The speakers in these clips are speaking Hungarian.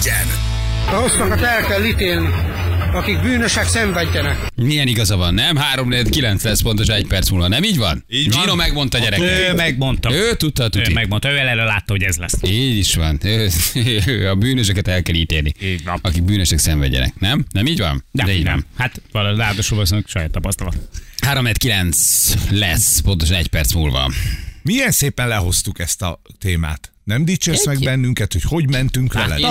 legyen. A rosszakat el kell ítélni, akik bűnösek, szenvedjenek. Milyen igaza van, nem? 3-4-9 lesz pontos 1 perc múlva, nem így van? Így van. Gino megmondta, gyerekek. Ő megmondta. Ő tudta a tuti. Ő megmondta, ő előre látta, hogy ez lesz. Így is van. A bűnösöket el kell ítélni. Így van. Akik bűnösök, szenvedjenek, nem? Nem így van? De így nem. van. Hát ráadásul valószínűleg saját tapasztalat. 3-9 lesz pontosan 1 perc múlva. Milyen szépen lehoztuk ezt a témát. Nem dicsérsz meg bennünket, hogy mentünk veled?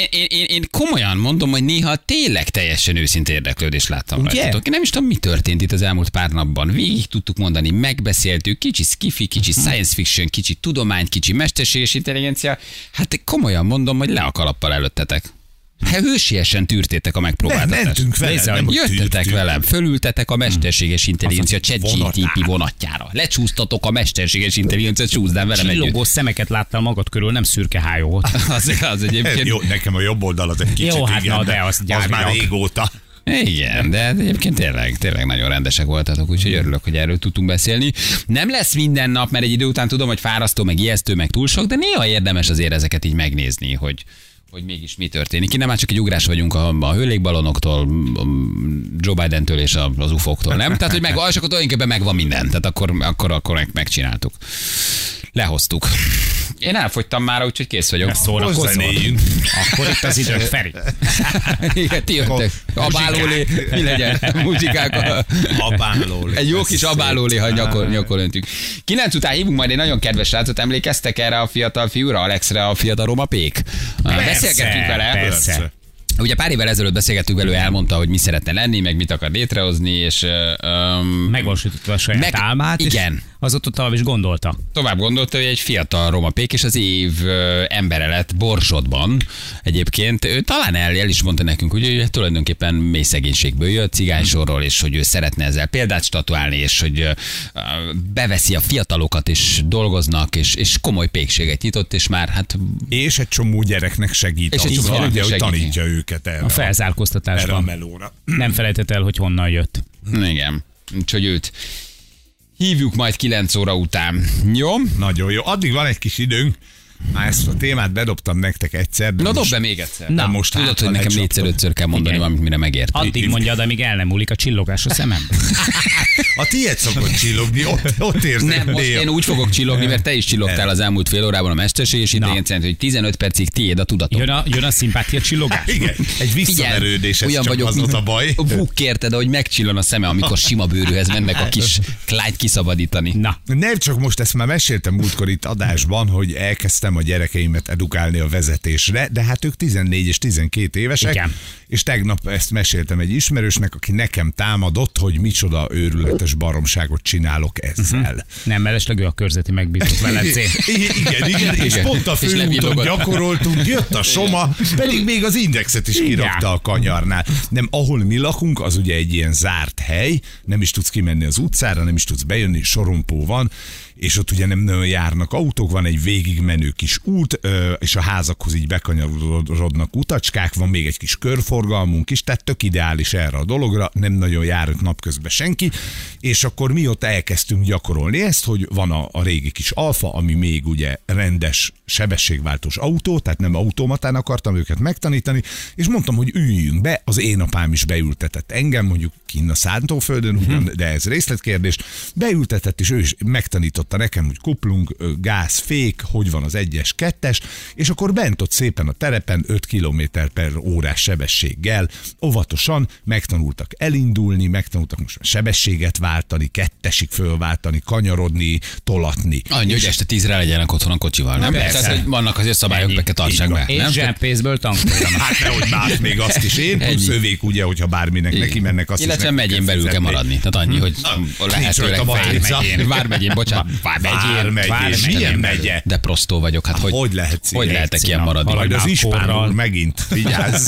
Én komolyan mondom, hogy néha tényleg teljesen őszinte érdeklődést láttam rajtatok. Én nem is tudom, mi történt itt az elmúlt pár napban. Végig tudtuk mondani, megbeszéltük, kicsi skifi, kicsi science fiction, kicsi tudomány, kicsi mesterséges intelligencia. Hát komolyan mondom, hogy le a kalappal előttetek. Hát hősiesen tűrtétek a megpróbáltatást. Mentünk veled, jöttetek velem, fölültetek a mesterséges intelligencia ChatGPT vonatjára. Lecsúsztatok a mesterséges intelligencia, csúszdál velem együtt. Csillogó szemeket láttál magad körül, nem szürke hájót. Az egyébként... Jó, nekem a jobb oldal az egy kicsit, jó, hát igen, na, de az már régóta. Igen, de egyébként tényleg nagyon rendesek voltatok, úgyhogy örülök, hogy erről tudtunk beszélni. Nem lesz minden nap, mert egy idő után tudom, hogy fárasztó, meg ijesztő, meg túl sok, de néha érdemes azért ezeket így megnézni, hogy mégis mi történik. Innen már csak egy ugrás vagyunk a hőlégbalonoktól, Joe Bidentől és az UFO-któl, nem? Tehát, hogy és akkor tulajdonképpen megvan minden. Tehát akkor megcsináltuk. Lehoztuk. Én elfogytam már, úgyhogy kész vagyok. Szórakozol. Akkor itt az idő, Feri. Igen, ti jöttek. Abálólé, mi legyen? Muzsikák. Abálólé. Egy jó kis abálólé, ha nyakor öntünk. 9 után hívunk majd egy nagyon kedves srácot. Emlékeztek erre a fiatal fiúra, Alexre, a fiatal Roma Pék? Beszélgettünk vele. Persze. Ugye pár évvel ezelőtt beszélgettünk vele, elmondta, hogy mi szeretne lenni, meg mit akar létrehozni, és... Megvalósította a saját álmát, igen. És azóta tovább is gondolta. Tovább gondolta, hogy egy fiatal Roma Pék, és az év embere lett Borsodban. Egyébként ő talán el is mondta nekünk, hogy tulajdonképpen mély szegénységből jött, cigánysorról, és hogy ő szeretne ezzel példát statuálni, és hogy beveszi a fiatalokat, és dolgoznak, és komoly pékséget nyitott, és már hát... És egy csomó gyereknek segít. És egy csomó gyereknek hogy tanítja őket erre. A felzárkóztatásban. Erre a melóra. Nem felejtett el, hogy honnan jött. Igen, úgyhogy őt hívjuk majd 9 óra után. Jó? Nagyon jó. Addig van egy kis időnk. Már ezt a témát bedobtam nektek egyszer. Na dobd be még egyszer. Na, most tudod, hogy nekem 4-5-ször kell mondani valamit, mire megért. Addig mondjad, amíg el nem múlik a csillogás a szemem. A tiéd szokott csillogni, ott érzed. Nem, most én úgy fogok csillogni, mert te is csillogtál az elmúlt fél órában a mesterséges intelligencia, hogy 15 percig tiéd a tudatom. Jön a szimpátia csillogás? Igen, egy visszaverődés, ez olyan csak vagyok, az ott a baj. Buk kérted, hogy megcsillan a szeme, amikor sima bőrűhez mennek a kis klányt kiszabadítani. Na. Nem csak most, ezt már meséltem múltkor itt adásban, hogy elkezdtem a gyerekeimet edukálni a vezetésre, de hát ők 14 és 12 évesek, igen. És tegnap ezt meséltem egy ismerősnek, aki nekem támadott, hogy micsoda őrületes baromságot csinálok ezzel. Nem, mellesleg ő a körzeti megbízott Velencén. Igen, és pont a főúton gyakoroltunk, jött a Soma, pedig még az indexet is kirakta a kanyarnál. Nem, ahol mi lakunk, az ugye egy ilyen zárt hely, nem is tudsz kimenni az utcára, nem is tudsz bejönni, sorompó van, és ott ugye nem nagyon járnak autók, van egy végigmenő kis út, és a házakhoz így bekanyarodnak utacskák, van még egy kis körforgalmunk is, tehát tök ideális erre a dologra, nem nagyon jár napközben senki, és akkor mi ott elkezdtünk gyakorolni ezt, hogy van a régi kis Alfa, ami még ugye rendes sebességváltós autó, tehát nem automatán akartam őket megtanítani, és mondtam, hogy üljünk be, az én apám is beültetett engem, mondjuk kinn a Szántóföldön, ugyan, de ez részletkérdés, beültetett, és ő is megtanította nekem, hogy kuplung, gáz, fék, hogy van az 1-es, 2-es, és akkor bent ott szépen a terepen 5 km/órás sebességgel, óvatosan megtanultak elindulni, megtanultak most sebességet váltani, 2-esig fölváltani, kanyarodni, tolatni. Annyi, hogy este 10-re legyenek otthon a kocsival, nem? Tehát, hogy vannak azért szabályok, be kell tartsák be. És zsebpénzből tankoljanak. Hát nehogy más, még azt is én, plusz övék ugye, hogyha bárminek neki mennek, azt illetve megyén belül kell maradni. Tehát annyi, hogy lehetőleg Vármegyén, bocsánat. Vármegyén. Milyen megye? De prostó vagyok. Hát hogy lehet? Hogy lehetek ilyen maradni? Majd az ispánul megint. Vigyázz.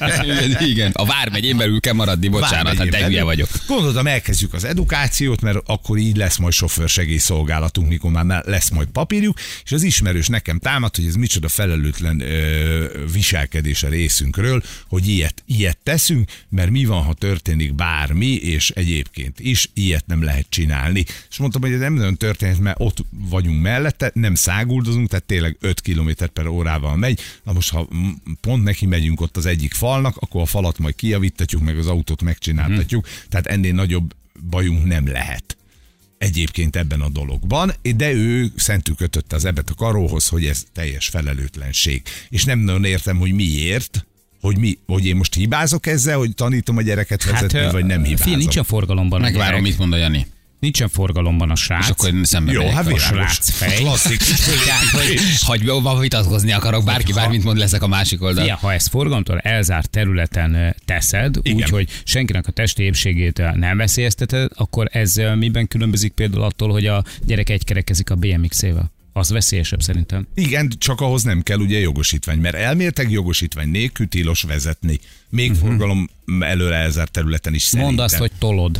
Igen, a Vármegyén belül kell maradni, bocsánat, hát te hülye vagyok. Gondoltam, elkezdjük az edukációt, mert akkor így lesz majd sofőrsegélyszolgálatunk, mikor már lesz majd papírjuk, és az ismerős nekem nekem támad, hogy ez micsoda felelőtlen viselkedés a részünkről, hogy ilyet teszünk, mert mi van, ha történik bármi, és egyébként is ilyet nem lehet csinálni. És mondtam, hogy ez nem nagyon történt, mert ott vagyunk mellette, nem száguldozunk, tehát tényleg 5 km/h megy. Na most, ha pont neki megyünk ott az egyik falnak, akkor a falat majd kijavítatjuk, meg az autót megcsináltatjuk, tehát ennél nagyobb bajunk nem lehet egyébként ebben a dologban, de ő szentül kötötte az ebbet a karóhoz, hogy ez teljes felelőtlenség. És nem nagyon értem, hogy miért, hogy én most hibázok ezzel, hogy tanítom a gyereket vezetni, vagy nem hibázok. Nincsen forgalomban. Megvárom, mit mond a Jani. Nincsen forgalomban a srác. És akkor szemben jó, hát a srác fej. Klasszikus. Hogy vitatkozni akarok, bárki bármit mond, leszek a másik oldal. Ja, ha ezt forgalomtól elzárt területen teszed, úgyhogy senkinek a testi épségét nem veszélyezteted, akkor ez miben különbözik például attól, hogy a gyerek egykerekezik a BMX-ével? Az veszélyesebb szerintem. Igen, csak ahhoz nem kell ugye jogosítvány, mert elméletileg jogosítvány nélkül tilos vezetni. Még forgalom előre elzárt területen is szerintem. Mondd azt, hogy tolod.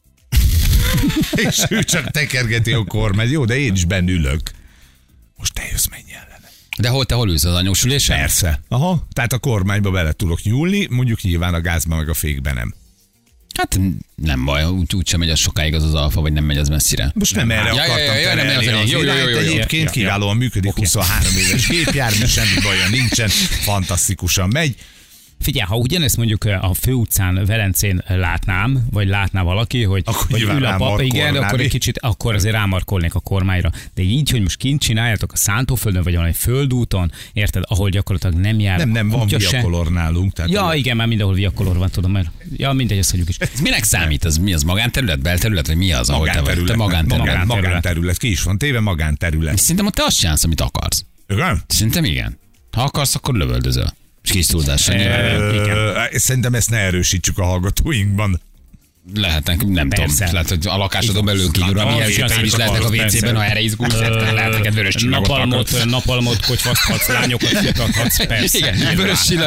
És ő csak tekergeti a kormány. Jó, de én is benn ülök. Most te jössz, menj ellene. De te hol ülsz, az anyós ülésen? Persze. Aha, tehát a kormányba bele tudok nyúlni, mondjuk nyilván a gázba meg a fékbe nem. Hát nem baj, úgy sem megy az sokáig az alfa, vagy nem megy az messzire. Most nem erre akartam terelni az irányt, egyébként kiválóan működik, 23 éves gépjármű, semmi baja nincsen, fantasztikusan megy. Figyelj, ha ugyanezt mondjuk a főutcán Velencén látnám, vagy látná valaki, hogy ül a pap, igen, akkor egy kicsit, akkor azért rámarkolnék a kormányra. De így, hogy most kint csináljátok a Szántóföldön, vagy valami földúton, érted, ahol gyakorlatilag nem jár. Nem, van viakolor nálunk. Tehát ja, igen, már mindenhol viakolor van, tudom, mert ja, mindegy, ezt hagyjuk is. Ez minek számít? Az mi az? Magánterület, belterület, vagy mi az? Magánterület. Ki is van téve, magánterület. Szerintem ott te azt csinálsz, amit akarsz. Igen? Szerintem igen. Ha akarsz, akkor lövöldözöl. És kis túlzással nyilván. Szerintem ezt ne erősítsük a hallgatóinkban. Lehetnek, nem tudom, lehet, hogy a lakásodon belül kívül, amihez szépen is lehetnek a WC-ben, ha erre izgulsz, lehet neked vörös csillagot. Napalmot kocsvaszthatsz, lányokat fiatathatsz, persze. Igen,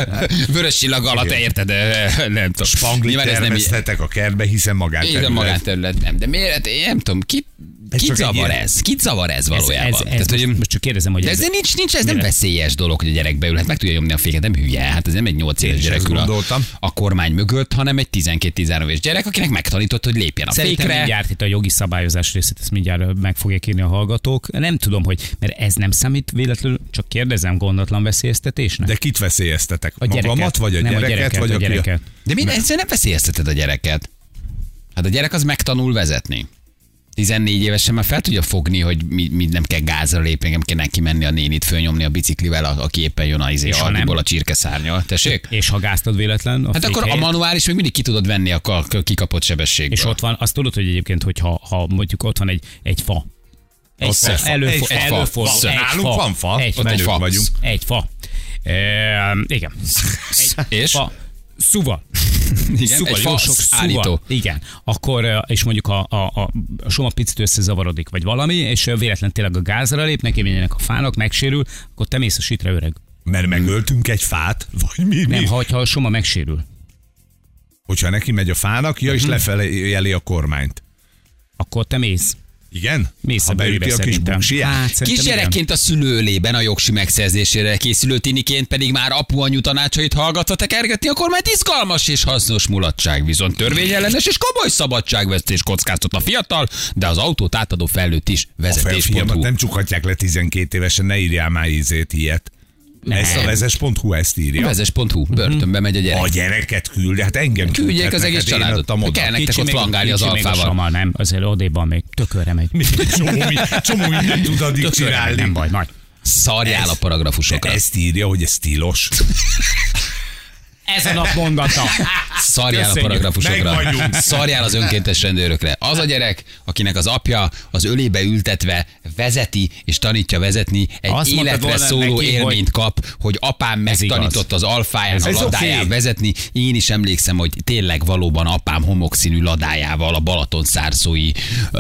vörös csillag alatt érted, nem tudom. Spanglit termeszthetek a kertbe, hiszen magánterület. Igen, magánterület, nem. De miért, én nem tudom, Kit zavar ez valójában? Most csak kérdezem, hogy ez nem veszélyes dolog, hogy a gyerek beül, hát meg tudja nyomni a féket, nem hülye, hát ez nem egy 8 éves gyerek ül a kormány mögött, hanem egy 12-13 éves gyerek, akinek megtanított, hogy lépjen a szerintem fékre. Mindjárt itt a jogi szabályozás részét, ezt mindjárt meg fogják írni a hallgatók. Nem tudom, mert ez nem számít véletlenül, csak kérdezem, gondatlan veszélyeztetésnek. De kit veszélyeztetek? A gyereket, magamat, vagy a gyereket? Vagy a gyereket. De ezzel nem veszélyezteted a gyereket. Hát a gyerek az megtanul vezetni. 14 évesen már fel tudja fogni, hogy mi nem kell gázra lépni, nem kell neki menni a nénit fölnyomni a biciklivel, aki éppen jön a csirkeszárnyal. Tessék? És ha gáztad véletlen? Hát akkor a manuális még mindig ki tudod venni a kikapott sebességből. És ott van, azt tudod, hogy egyébként, hogyha mondjuk ott van egy fa. Nálunk van fa. Egy fa. Igen. És? Fa. Szuva. Igen, egy fals állító. Igen. Akkor, és mondjuk a soma picit összezavarodik, vagy valami, és véletlen tényleg a gázra lép, neki menjenek a fának, megsérül, akkor te mész a sitre, öreg. Mert megöltünk egy fát? Vagy mi? Nem, ha a soma megsérül. Hogyha neki megy a fának, és lefelé jeli a kormányt. Akkor te mész. Igen? Mész ha beüti a kis buksiját. Kisgyerekként a szülőölében a jogsi megszerzésére készülő tiniként pedig már apu-anyu tanácsait hallgatva tekergetni a kormányt izgalmas és hasznos mulatság. Viszont törvényellenes és komoly szabadságvesztés kockáztat a fiatal, de az autót átadó felnőtt is vezetés.hu. Nem csukhatják le 12 évesen, ne írjál már ilyet. Ezt a vezes.hu ezt írja. Vezes.hu, börtönbe megy a gyerek. A gyereket küld, hát engem küldjék az egész családot. Kell nektek ott flangálni az alfával. Nem, azért odéban még tökörre megy. Csomó mindent tud addig csinálni. Nem baj, majd. Szarjál a paragrafusokra. Ezt írja, hogy ez tilos. Ez a nap mondata. Szarjál a paragrafusokra. Szarjál az önkéntes rendőrökre. Az a gyerek, akinek az apja az ölébe ültetve vezeti és tanítja vezetni, egy azt életre szóló neki, élményt kap, hogy apám megtanított az alfáján a ladáján vezetni. Én is emlékszem, hogy tényleg valóban apám homokszínű ladájával a Balaton szárszói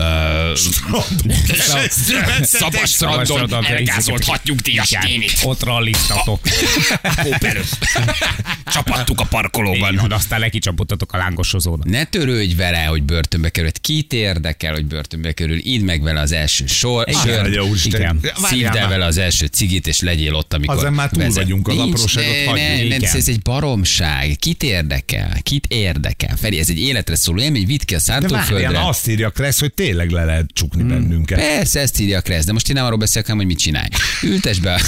szabas strandon elgázolthatjuk ti a sténit. Ott ralliztatok. Csapat hagytuk a parkolóban. Aztán lekicsapottatok a lángosozónak. Ne törődj vele, hogy börtönbe kerül. Kit érdekel, hogy börtönbe kerül? Idd meg vele az első sört. Szívd el vele az első cigit, és legyél ott, amikor azon már túl vagyunk, az apróságot hagyni. Ez egy baromság. Kit érdekel? Feri, ez egy életre szóló élmény, vidd ki a szántóföldre. De azt írja Kressz, hogy tényleg le lehet csukni bennünket. Persze, ezt írja Kressz, de most én nem arról beszélek, hanem, hogy mit csinálj. Ültess be.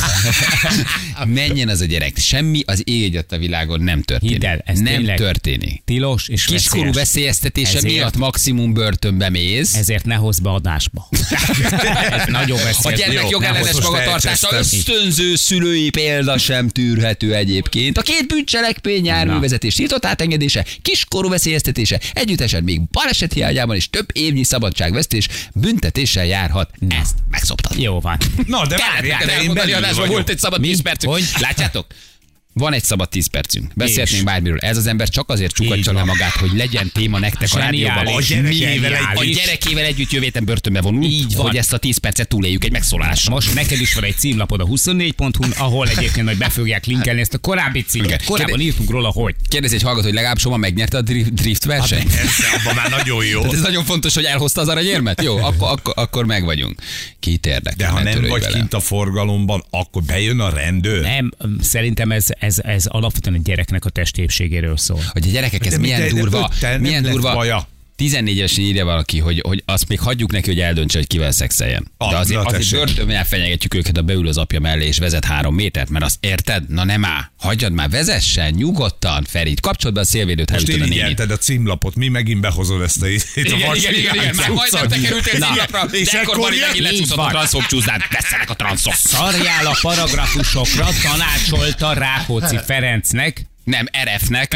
Menjen az a gyerek. Semmi az ég a világon nem történik. Hidd el, ez nem történik. Tilos és kiskorú veszélyeztetése miatt maximum börtönbe mész. Ezért ne hozz be adásba. Ez nagyon veszélyes. A gyermek jogellenes magatartása ösztönző szülői példa sem tűrhető egyébként. A 2 bűncselekmény járművezetés tiltott átengedése, kiskorú veszélyeztetése, együttesen még baleset hiányában és több évnyi szabadságvesztés büntetéssel járhat. Ezt megszoptad. Jó van. Na, de várjál, volt egy szabad 10 percünk. Látjátok? Van egy szabad 10 percünk. Beszélhetnénk bármiről. Ez az ember csak azért csukatja le magát, hogy legyen téma nektek a rádióban. A gyerekével együtt jövő héten börtönbe vonul, hogy ezt a 10 percet túléljük egy megszólalással. Most neked is van egy címlapod a 24.hu, ahol egyébként majd be fogják linkelni ezt a korábbi címet. Korábban írtunk róla, hogy. Kérdez egy hallgató, hogy legalább Soma megnyerte a drift versenyt. Abban már nagyon jó. Tehát ez nagyon fontos, hogy elhozta az aranyérmet. Jó, akkor meg vagyunk. Kit érdekel? De ha nem vagy kint a forgalomban, akkor bejön a rendőr. Nem, szerintem ez alapvetően a gyereknek a testépségéről szól. Hogy a gyerekek, ez milyen durva. 14 évesen írja valaki, hogy azt még hagyjuk neki, hogy eldöntse, hogy kivel szexeljen. De azért börtönben fenyegetjük őket, ha beül az apja mellé és vezet 3 métert, mert azt érted? Na nem áll. Hagyjad már, vezessen, nyugodtan, Ferit. Kapcsold be a szélvédőt, ha ütön a nénit. A címlapot, mi megint behozod ezt a igen, már majdnem te kerültél címlapra, de akkor Bari megint lecsúszott a transzok csúszdát, veszenek a transzok. Szarjál a paragrafusokra, tanácsolta Rákóczi Ferencnek, nem RF-nek,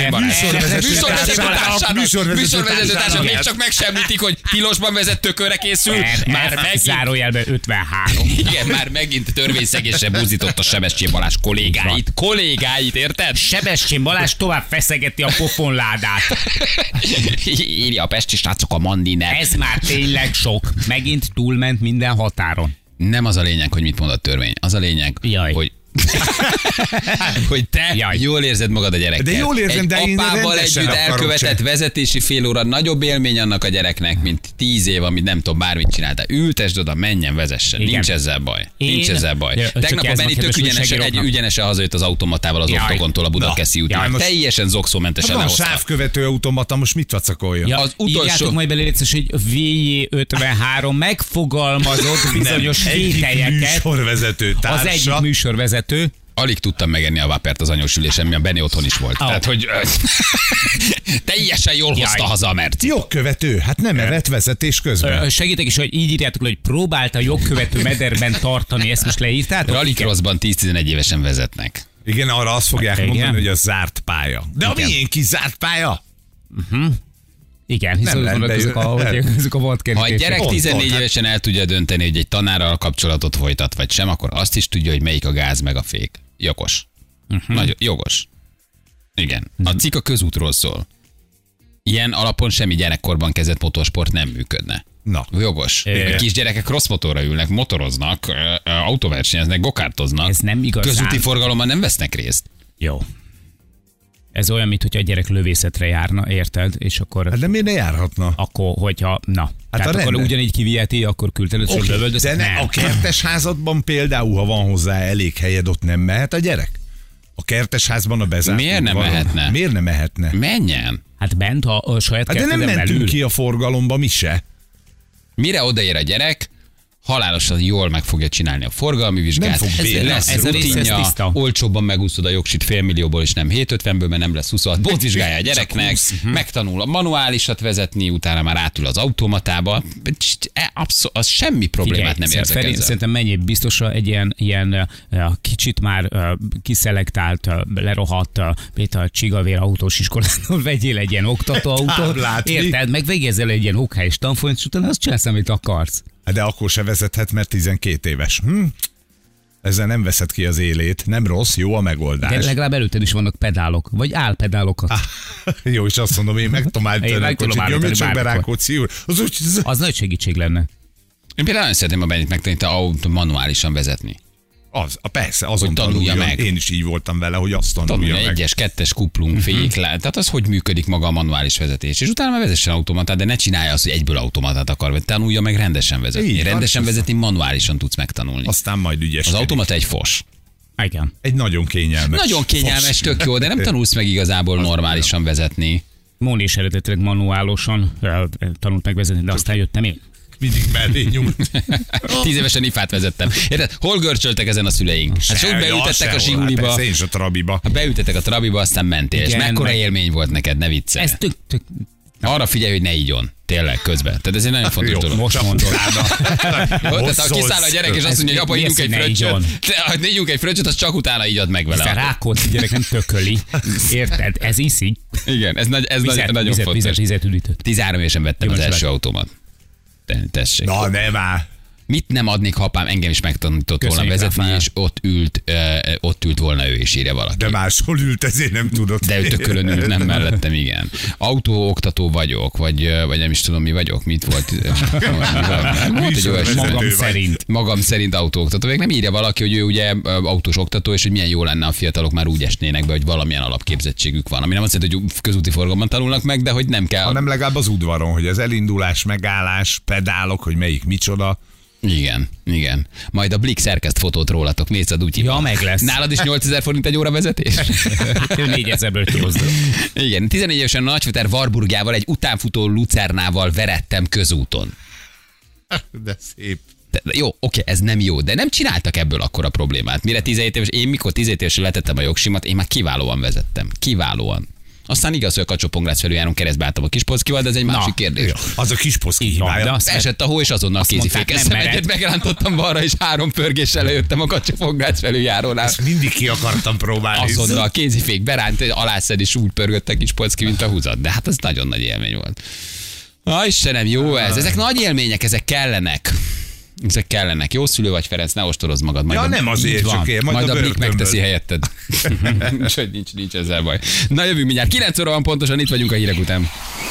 műsorvezetőtársat még csak megsemlítik, hogy tilosban vezet, tökörre készül. Már megint zárójelben 53. Igen, már megint törvényszegésre buzdított a Sebestyén Balázs kollégáit, érted? Sebestyén Balázs tovább feszegeti a pofonládát. Írja a pesti srácok a Mandinek. Ez már tényleg sok. Megint túlment minden határon. Nem az a lényeg, hogy mit mond a törvény. Az a lényeg, hogy te jól érzed magad a gyerekkel. De jól érzem, de én apával együtt elkövetett vezetési fél óra nagyobb élmény annak a gyereknek, mint 10 év, amit nem tudom, bármit csináltál. Ültesd oda, menjen, vezessen. Igen. Nincs ezzel baj. Tegnap a Benni tök ügyenesen hazajött az automatával az Oktogontól a Budakeszi úton. Teljesen zokszómentesen lehozta. A sávkövető automata, most mit vacakolja? Az utolsó... Írjátok majd bele, hogy VJ53 megfogalmazott bizonyos kételyeket. Az egyik műsorvezető. Alig tudtam megenni a vapert az anyósülésen, mi a Benni otthon is volt. Tehát, hogy teljesen jól hozta haza a Merci. Jogkövető, hát nem evett vezetés közben. Segítek is, hogy így írjátok, hogy próbálta a jogkövető mederben tartani, ezt most leírtátok? Rallycrossban 10-11 évesen vezetnek. Igen, arra azt fogják mondani, hogy a zárt pálya. De a milyen kis zárt pálya? Igen, hiszen ezek a vadkerítés. Ha a gyerek 14 évesen el tudja dönteni, hogy egy tanárral kapcsolatot folytat, vagy sem, akkor azt is tudja, hogy melyik a gáz meg a fék. Jogos. Nagyon jogos. Igen. A cikk a közútról szól. Ilyen alapon semmi gyerekkorban kezdett motorsport nem működne. Na. Jogos. A kisgyerekek rossz motorra ülnek, motoroznak, autóversenyeznek, gokártoznak. Ez nem igazán. Közúti forgalomban nem vesznek részt. Jó. Ez olyan, mintha a gyerek lövészetre járna, érted? És akkor... Hát de miért ne járhatna? Akkor, hogyha... Na. Hát tehát akkor ugyanígy kiviheti, akkor küldted, hogy lövöldöz. De nem. A kertesházadban például, ha van hozzá elég helyed, ott nem mehet a gyerek? A kertesházban a bezárt. Miért nem mehetne? Miért nem mehetne? Menjen. Hát bent a saját kerteden belül. De nem mentünk ki a forgalomba mi se. Mire odaér a gyerek, halálosan jól meg fogja csinálni a forgalmi vizsgát. Lesz rutinja, olcsóbban megúszod a jogsit $5 millióból, és nem 750-ből, mert nem lesz 26. Pótvizsgálja a gyereknek, megtanul a manuálisat vezetni, utána már átül az automatába. Az semmi problémát nem érzek ezzel. Szerintem mennyi biztosra egy ilyen kicsit már kiszelektált, lerohadt, mint a Csigavér autós iskolától vegyél egy ilyen oktatóautót, érted? Meg végezzel egy ilyen okhelyes tanfolyamot, és utána azt csinálsz, amit akarsz. De akkor se vezethet, mert 12 éves. Ezzel nem veszed ki az élét. Nem rossz, jó a megoldás. De legalább előtted is vannak pedálok, vagy állpedálokat. Jó, és azt mondom, én meg tudom állítani, hogy csak be Rákóczi úr. Az nagy segítség lenne. Én például nagyon szeretném a Bennit megtanítani manuálisan vezetni. Persze, azon tanulja meg. Én is így voltam vele, hogy azt tanulja meg. 1-es, 2-es kuplung, fék, tehát az, hogy működik maga a manuális vezetés. És utána már vezessen automatát, de ne csinálja azt, hogy egyből automatát akar, vagy tanulja meg rendesen vezetni. Így, rendesen vezetni manuálisan tudsz megtanulni. Aztán majd ügyes. Az automata egy fos. Igen. Egy nagyon kényelmes. Nagyon kényelmes, tök jó, de nem tanulsz meg igazából normálisan vezetni. Móni is eredetileg manuálosan tanult megvezetni, de aztán jöttem én. Mindig mellé nyúlt. 10 évesen ifát vezettem. Érted? Hol görcsöltek ezen a szüleink? Hát sok beültettek a Zsiguliba. Persze, én is a Trabiba. Beültettek a Trabiba, aztán mentél. És mekkora élmény volt neked, ne viccelj. Ez tök. Arra figyelj, hogy ne igyon. Tényleg közben. Tehát ez egy nagyon fontos dolog. Most mondod. Tehát ha kiszáll a gyerek, és azt mondja, hogy apa, ígyunk egy fröccsöt, ha ígyunk egy fröccsöt, az csak utána ígyad meg vele. Ez a Rákóczi gyerek nem tököli. Érted? Ez iszik. Igen, ez nagyon fontos. Vizet üdített. 13 évesen vettem az első autómat. Tessék. Na, nem már. Mit nem adnék, ha apám engem is megtanított volna vezetni, és ott ült volna ő, és írja valaki. De máshol ült, ezért nem tudott. De ő tökölön ült, nem mellettem, igen. Autóoktató vagyok, vagy nem is tudom, mi vagyok. Mit volt? Magam szerint autóoktató. Még nem írja valaki, hogy ő ugye autós oktató, és hogy milyen jó lenne, a fiatalok már úgy esnének be, hogy valamilyen alapképzettségük van. Ami nem azt jelenti, hogy közúti forgalomban tanulnak meg, de hogy nem kell. Hanem legalább az udvaron, hogy az elindulás, megállás, pedálok, hogy melyik micsoda. Igen. Majd a Blik szerkeszt fotót rólatok, mész a dutyiba. Ja, meg lesz. Nálad is 8000 forint egy óra vezetés? 4000-ből kihozdom. Igen, 14 évesen a nagyfeter Warburgjával egy utánfutó lucernával verettem közúton. De szép. Jó, oké, ez nem jó, de nem csináltak ebből akkora problémát. Mire 17 éves, én mikor 17 évesen letettem a jogsimat, én már kiválóan vezettem. Kiválóan. Aztán igaz, hogy a Kacsó-Pongrácz felüljáron keresztbe álltam a Kispolszkival, de ez egy másik kérdés. Jó. Az a Kispolszki hibája. Esett a hó, és azonnal kézifékeztem egyet, megrántottam balra, és 3 pörgéssel lejöttem a Kacsó-Pongrácz felüljárónál. Ezt mindig ki akartam próbálni. Azonnal kézifék beránt, alászed, és úgy pörgött a Kispolszki, mint a húzat. De hát az nagyon nagy élmény volt. Istenem, jó ez. Ezek nagy élmények, ezek kellenek. Ezek kellenek. Jó szülő vagy, Ferenc, ne ostorozd magad. Majd nem azért, csak én. Majd a Blik megteszi helyetted. Úgyhogy nincs ezzel baj. Na, jövünk mindjárt. 9 óra van pontosan, itt vagyunk a hírek után.